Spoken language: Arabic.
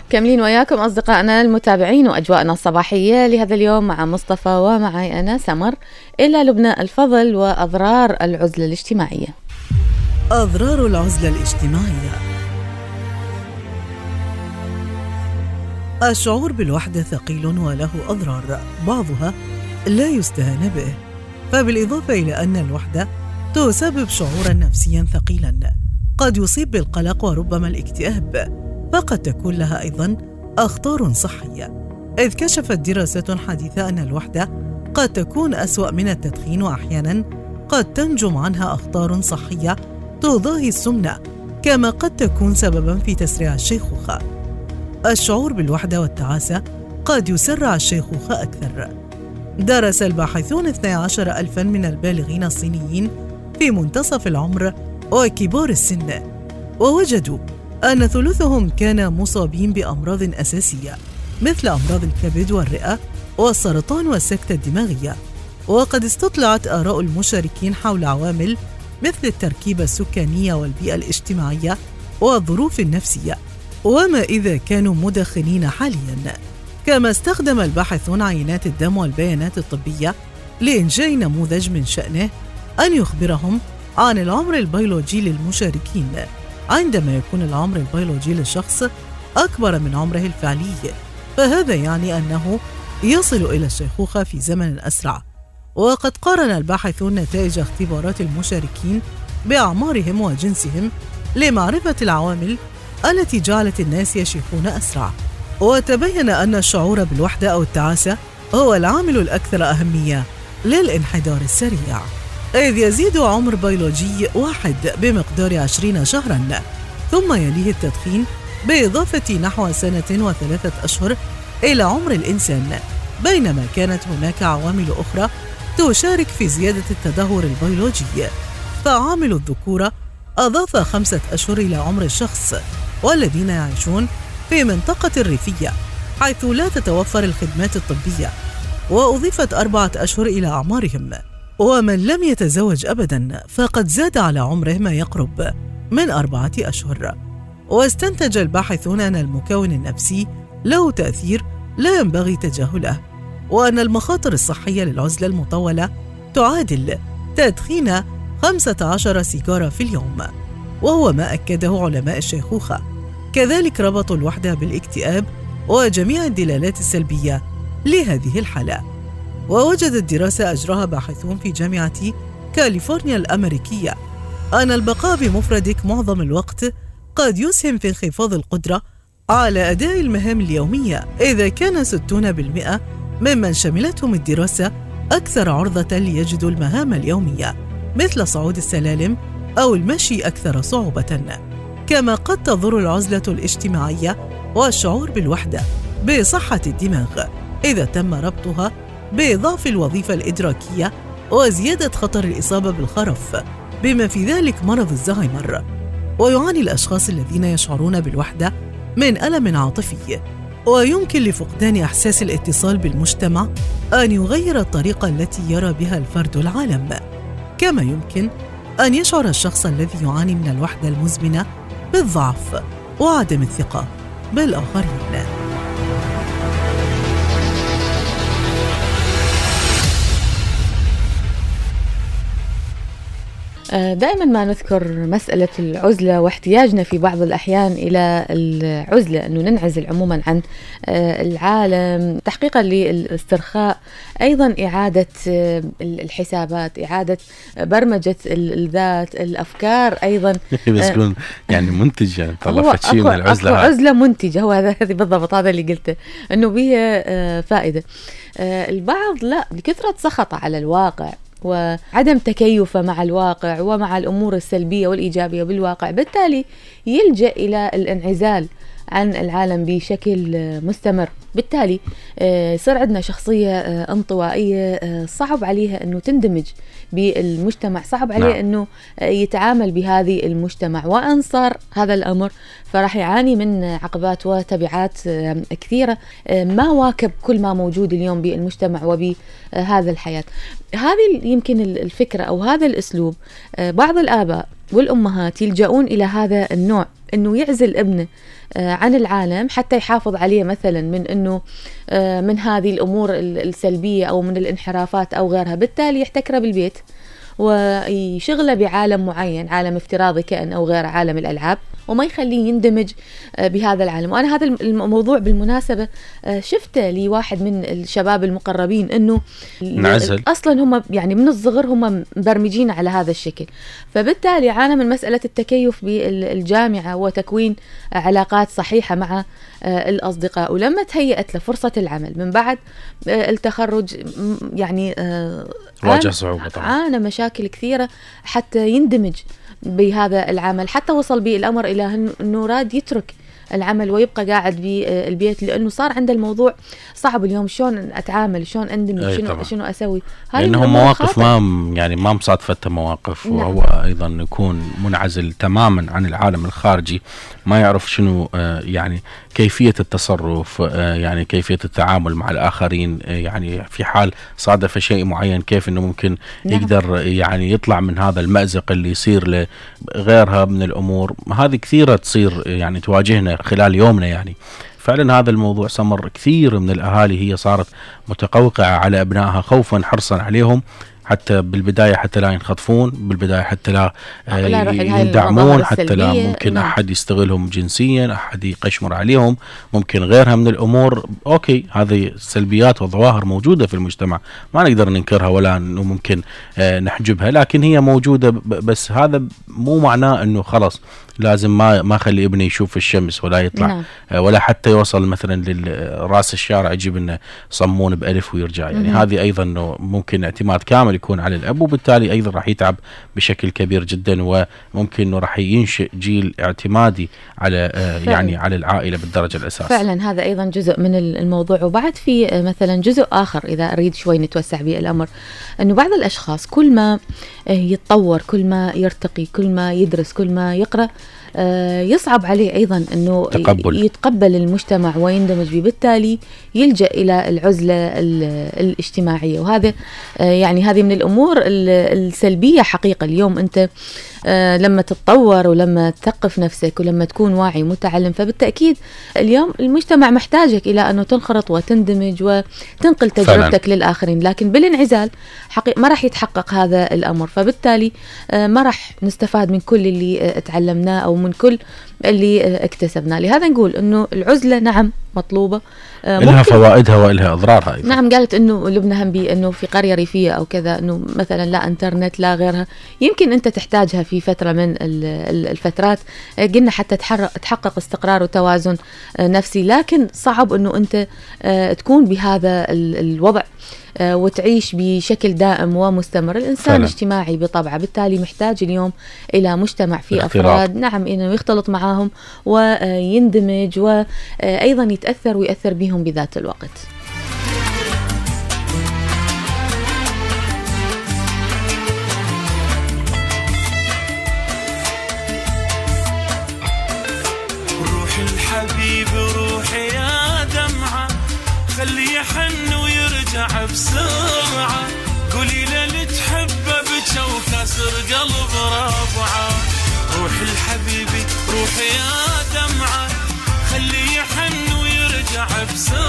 كاملين وياكم أصدقائنا المتابعين وأجواءنا الصباحية لهذا اليوم مع مصطفى ومعي أنا سمر إلى لبنى الفضل وأضرار العزلة الاجتماعية. أضرار العزلة الاجتماعية. الشعور بالوحدة ثقيل وله أضرار بعضها لا يستهان به، فبالإضافة إلى أن الوحدة تسبب شعورا نفسيا ثقيلا قد يصيب بالقلق وربما الاكتئاب، فقد تكون لها أيضا أخطار صحية، إذ كشفت دراسة حديثة أن الوحدة قد تكون أسوأ من التدخين، وأحيانا قد تنجم عنها أخطار صحية تضاهي السمنة، كما قد تكون سببا في تسريع الشيخوخة. الشعور بالوحدة والتعاسة قد يسرع الشيخوخة أكثر. درس الباحثون 12,000 من البالغين الصينيين في منتصف العمر وكبار السن، ووجدوا أن ثلثهم كان مصابين بأمراض أساسية مثل أمراض الكبد والرئة والسرطان والسكتة الدماغية. وقد استطلعت آراء المشاركين حول عوامل مثل التركيبة السكانية والبيئة الاجتماعية والظروف النفسية، وما إذا كانوا مدخنين حالياً. كما استخدم الباحثون عينات الدم والبيانات الطبية لإنشاء نموذج من شأنه أن يخبرهم عن العمر البيولوجي للمشاركين عندما يكون العمر البيولوجي للشخص أكبر من عمره الفعلي، فهذا يعني أنه يصل إلى الشيخوخة في زمن أسرع. وقد قارن الباحثون نتائج اختبارات المشاركين بأعمارهم وجنسهم لمعرفة العوامل التي جعلت الناس يشيخون أسرع، وتبين أن الشعور بالوحدة أو التعاسة هو العامل الأكثر أهمية للانحدار السريع، إذ يزيد عمر بيولوجي واحد بمقدار 20 شهراً، ثم يليه التدخين بإضافة نحو 1 و3 أشهر إلى عمر الإنسان، بينما كانت هناك عوامل أخرى تشارك في زيادة التدهور البيولوجي. فعامل الذكورة أضاف 5 أشهر إلى عمر الشخص، والذين يعيشون في منطقة الريفية حيث لا تتوفر الخدمات الطبية، وأضيفت 4 أشهر إلى أعمارهم. ومن لم يتزوج أبداً فقد زاد على عمره ما يقرب من 4 أشهر. واستنتج الباحثون أن المكون النفسي له تأثير لا ينبغي تجاهله، وأن المخاطر الصحية للعزلة المطولة تعادل تدخين 15 سيجارة في اليوم، وهو ما أكده علماء الشيخوخة. كذلك ربطوا الوحدة بالاكتئاب وجميع الدلالات السلبية لهذه الحالة. ووجدت دراسة أجراها باحثون في جامعة كاليفورنيا الأمريكية أن البقاء بمفردك معظم الوقت قد يسهم في انخفاض القدرة على أداء المهام اليومية، إذا كان 60% ممن شملتهم الدراسة أكثر عرضة ليجدوا المهام اليومية مثل صعود السلالم أو المشي أكثر صعوبة. كما قد تضر العزلة الاجتماعية والشعور بالوحدة بصحة الدماغ إذا تم ربطها بإضعاف الوظيفة الإدراكية وزيادة خطر الإصابة بالخرف، بما في ذلك مرض الزهايمر. ويعاني الأشخاص الذين يشعرون بالوحدة من ألم عاطفي، ويمكن لفقدان إحساس الاتصال بالمجتمع أن يغير الطريقة التي يرى بها الفرد العالم. كما يمكن أن يشعر الشخص الذي يعاني من الوحدة المزمنة بالضعف وعدم الثقة بالآخرين. دائما ما نذكر مسألة العزلة واحتياجنا في بعض الأحيان إلى العزلة، أنه ننعزل عموما عن العالم تحقيقا للاسترخاء، أيضا إعادة الحسابات، إعادة برمجة الذات، الأفكار أيضا. بس كون يعني منتجة طلعت شيء من العزلة، عزلة منتجة، هو هذا بالضبط هذا اللي قلته، أنه بيه فائدة. البعض لا، لكثرة سخطه على الواقع وعدم تكيفه مع الواقع ومع الأمور السلبية والإيجابية بالواقع، بالتالي يلجأ إلى الانعزال عن العالم بشكل مستمر. بالتالي صار عندنا شخصية انطوائية، صعب عليها أنه تندمج بالمجتمع، صعب عليه أنه يتعامل بهذه المجتمع، وأن صار هذا الأمر فراح يعاني من عقبات وتبعات كثيرة، ما واكب كل ما موجود اليوم بالمجتمع وبهذا الحياة. هذه يمكن الفكرة أو هذا الأسلوب بعض الآباء والأمهات يلجؤون إلى هذا النوع، أنه يعزل ابنه عن العالم حتى يحافظ عليه مثلا من أنه من هذه الأمور السلبية أو من الانحرافات أو غيرها، بالتالي يحتكره بالبيت ويشغله بعالم معين، عالم افتراضي كأن أو غير عالم الألعاب، وما يخليه يندمج بهذا العالم. وأنا هذا الموضوع بالمناسبة شفته لواحد من الشباب المقربين، أنه نعزل أصلا هم يعني من الصغر هم مبرمجين على هذا الشكل، فبالتالي عانى من مسألة التكيف بالجامعة وتكوين علاقات صحيحة مع الأصدقاء. ولما تهيأت له فرصة العمل من بعد التخرج يعني واجه صعوبة طبعا، عانى مشاكل كثيرة حتى يندمج بهذا العمل، حتى وصل به الأمر إلى أنه راد يترك العمل ويبقى قاعد بالبيت، لأنه صار عنده الموضوع صعب اليوم، شلون أتعامل، شلون أندمج، شنو أسوي. لأنه مواقف ما مصادفته مواقف، نعم. وهو أيضا يكون منعزل تماما عن العالم الخارجي، ما يعرف شنو يعني كيفية التصرف، يعني كيفية التعامل مع الآخرين، يعني في حال صادف شيء معين كيف أنه ممكن يقدر يعني يطلع من هذا المأزق اللي يصير لغيرها من الأمور. هذه كثيرة تصير يعني تواجهنا خلال يومنا. يعني فعلا هذا الموضوع سمر كثير من الأهالي، هي صارت متقوقعة على أبنائها خوفا حرصا عليهم، حتى بالبداية حتى لا ينخطفون، بالبداية حتى لا يندعمون، حتى لا ممكن أحد يستغلهم جنسيا، أحد يقشمر عليهم، ممكن غيرها من الأمور. أوكي، هذه سلبيات وظواهر موجودة في المجتمع ما نقدر ننكرها ولا أنه ممكن نحجبها، لكن هي موجودة. بس هذا مو معناه أنه خلاص لازم ما خلي ابني يشوف الشمس ولا يطلع ولا حتى يوصل مثلا للراس الشارع يجيب لنا صمون بألف ويرجع. يعني هذه أيضا ممكن اعتماد كامل يكون على الأب، وبالتالي أيضا راح يتعب بشكل كبير جدا، وممكن أنه راح ينشئ جيل اعتمادي على يعني على العائلة بالدرجة الأساسية. فعلا هذا أيضا جزء من الموضوع. وبعد في مثلا جزء آخر إذا أريد شوي نتوسع به الأمر، أنه بعض الأشخاص كل ما يتطور، كل ما يرتقي، كل ما يدرس، كل ما يقرأ، يصعب عليه أيضا أنه يتقبل المجتمع ويندمج به، بالتالي يلجأ إلى العزلة الاجتماعية. وهذا يعني هذه من الأمور السلبية حقيقة. اليوم أنت لما تتطور ولما تثقف نفسك ولما تكون واعي متعلم، فبالتأكيد اليوم المجتمع محتاجك إلى أنه تنخرط وتندمج وتنقل تجربتك فعلا للآخرين، لكن بالانعزال ما راح يتحقق هذا الأمر، فبالتالي ما راح نستفاد من كل اللي تعلمناه أو من كل اللي اكتسبناه. لهذا نقول أنه العزلة نعم مطلوبة، لها فوائدها وإلها أضرارها أيضا. نعم، قالت أنه لبنى همبي أنه في قرية ريفية أو كذا أنه مثلا لا إنترنت لا غيرها، يمكن أنت تحتاجها في فترة من الفترات، قلنا حتى تحقق استقرار وتوازن نفسي، لكن صعب أنه أنت تكون بهذا الوضع وتعيش بشكل دائم ومستمر. الإنسان فعلا اجتماعي بطبعه، بالتالي محتاج اليوم إلى مجتمع فيه أفراد نعم إنه يختلط معاهم ويندمج وأيضا يتأثر ويأثر بهم بذات الوقت. روح الحبيب روحي يا دمعة، خلي يحن ويرجع بسرعة، قولي له تحبه بجا وكسر قلب ربعه. روح الحبيب روحي يا دمعة، خلي يحن ويرجع بسرعة،